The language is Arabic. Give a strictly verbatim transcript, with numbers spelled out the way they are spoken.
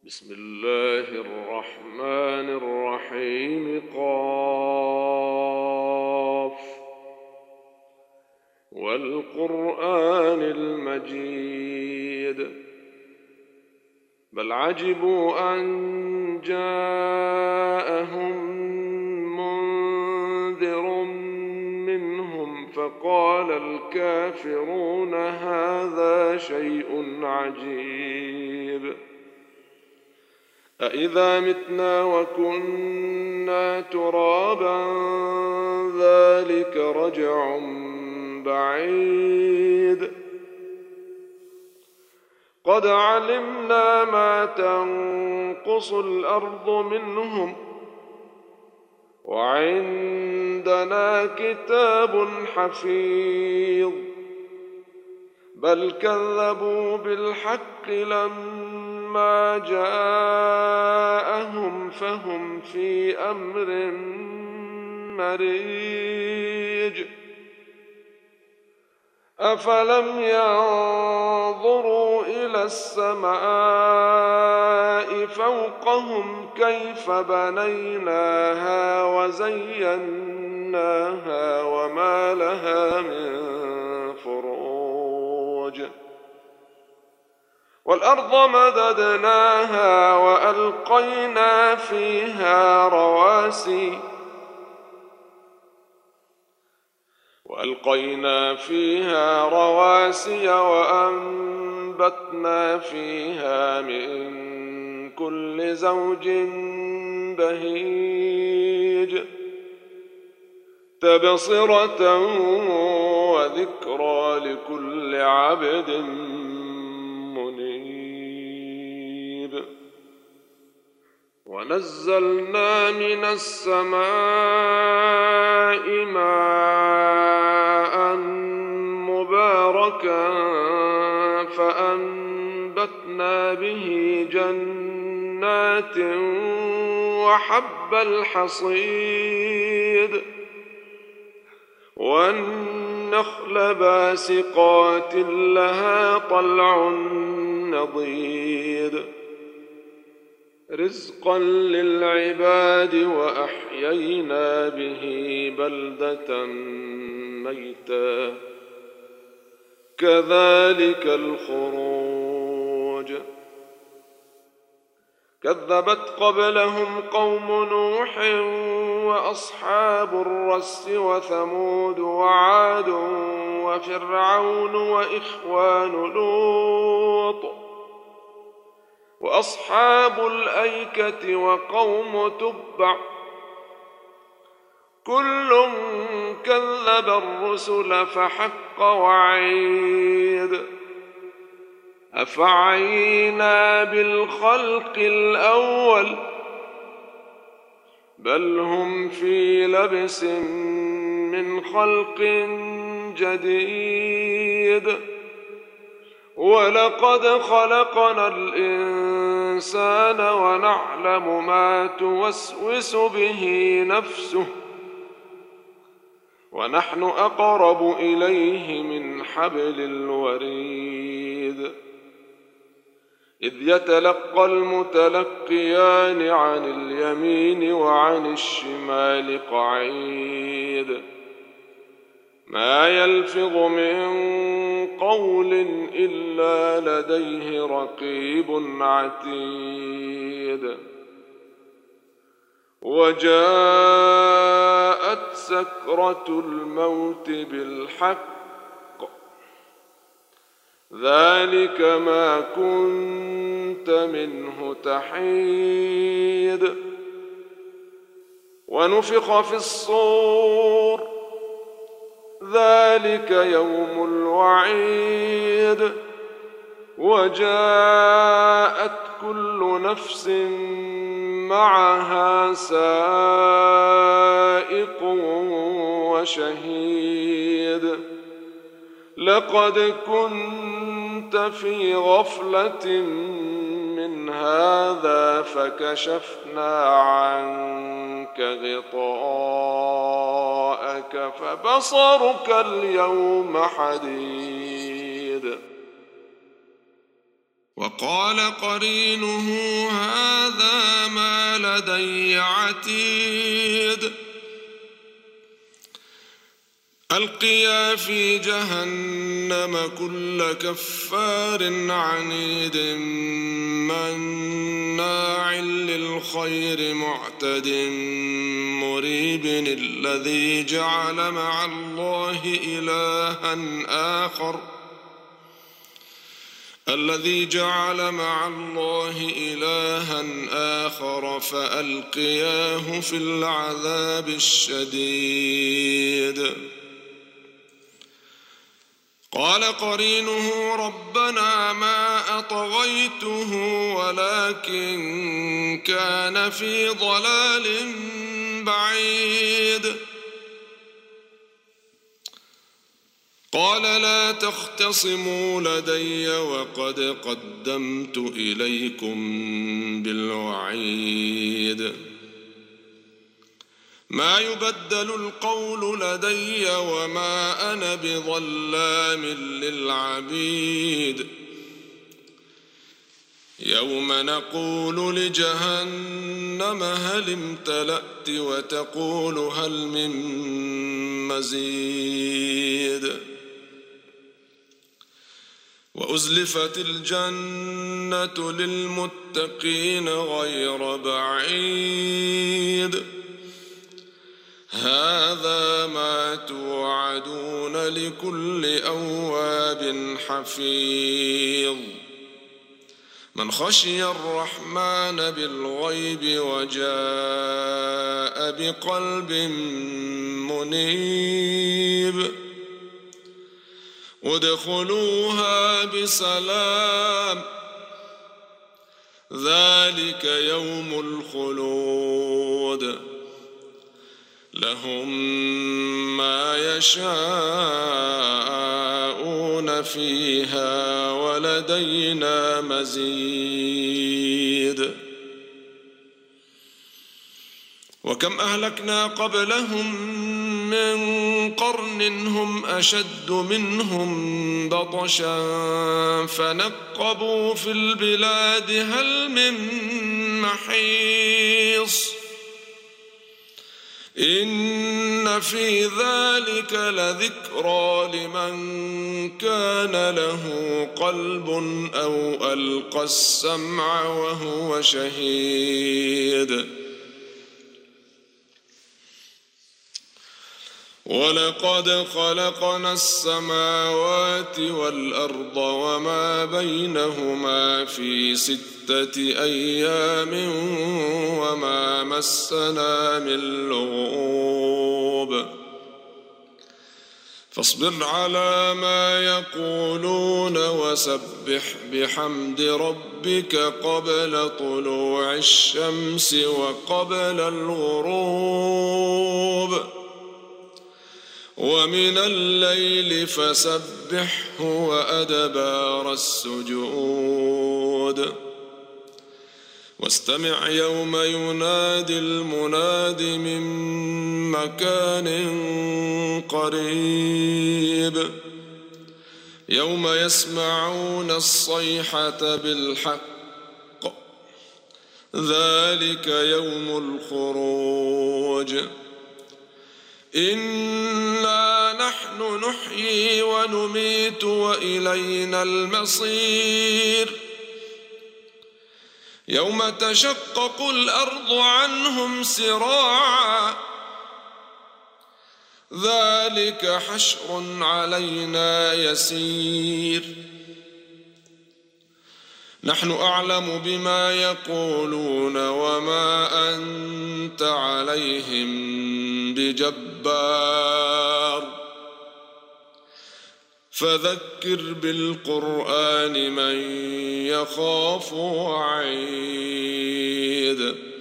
بسم الله الرحمن الرحيم. قاف والقرآن المجيد. بل عجبوا أن جاءهم منذر منهم فقال الكافرون هذا شيء عجيب. أإذا متنا وكنا ترابا ذلك رجع بعيد. قد علمنا ما تنقص الأرض منهم وعندنا كتاب حفيظ. بل كذبوا بالحق لما جاءهم فهم في أمر مريج. أفلم ينظروا إلى السماء فوقهم كيف بنيناها وزيناها وما لها من فروج. والأرض مددناها وألقينا فيها رواسي وألقينا فيها رواسي وأنبتنا فيها من كل زوج بهيج تبصرة وذكرى لكل عبد منيب. ونزلنا من السماء ماء مباركا فأنبتنا به جنات وحب الحصيد والنخل باسقات لها طلع نضيد رزقا للعباد وأحيينا به بلدة ميتا كذلك الخروج. كذبت قبلهم قوم نوح وأصحاب الرس وثمود وعاد وفرعون وإخوان لوط وأصحاب الأيكة وقوم تبع كل كذب الرسل فحق وعيد. أفعينا بالخلق الأول بل هم في لبس من خلق جديد. ولقد خلقنا الإنسان ونعلم ما توسوس به نفسه ونحن أقرب إليه من حبل الوريد. إذ يتلقى المتلقيان عن اليمين وعن الشمال قعيد ما يلفظ من قول إلا لديه رقيب عتيد. وجاءت سكرة الموت بالحق ذلك ما كنت منه تحيد. ونفخ في الصور ذلك يوم الوعيد. وجاءت كل نفس معها سائق وشهيد. لقد كنت في غفلة من هذا فكشفنا عنك غطاءك فبصرك اليوم حديد. وقال وقال قرينه هذا ما لدي عتيد ألقيا في جهنم كل كفار عنيد مناع للخير معتد مريب الذي جعل مع الله إلها آخر الذي جعل مع الله إلها آخر فألقياه في العذاب الشديد قال قرينه ربنا ما أطغيته ولكن كان في ضلال بعيد قال لا تختصموا لدي وقد قدمت إليكم بالوعيد ما يبدل القول لدي وما أنا بظلام للعبيد يوم نقول لجهنم هل امتلأت وتقول هل من مزيد وأزلفت الجنة للمتقين غير بعيد هذا ما توعدون لكل أواب حفيظ من خشي الرحمن بالغيب وجاء بقلب منيب ادخلوها بسلام ذلك يوم الخلود لهم ما يشاءون فيها ولدينا مزيد وكم أهلكنا قبلهم من قرن هم أشد منهم بطشا فنقبوا في البلاد هل من محيص إن في ذلك لذكرى لمن كان له قلب أو ألقى السمع وهو شهيد ولقد خلقنا السماوات والأرض وما بينهما في ستة أيام وما مسنا من لغوب فاصبر على ما يقولون وسبح بحمد ربك قبل طلوع الشمس وقبل الغروب ومن الليل فسبحه وأدبار السجود واستمع يوم ينادي المناد من مكان قريب يوم يسمعون الصيحة بالحق ذلك يوم الخروج إنا نحن نحيي ونميت وإلينا المصير يوم تشقق الأرض عنهم سراعا ذلك حشر علينا يسير نحن أعلم بما يقولون وما أنت عليهم بجبار فذكر بالقرآن من يخاف وعيد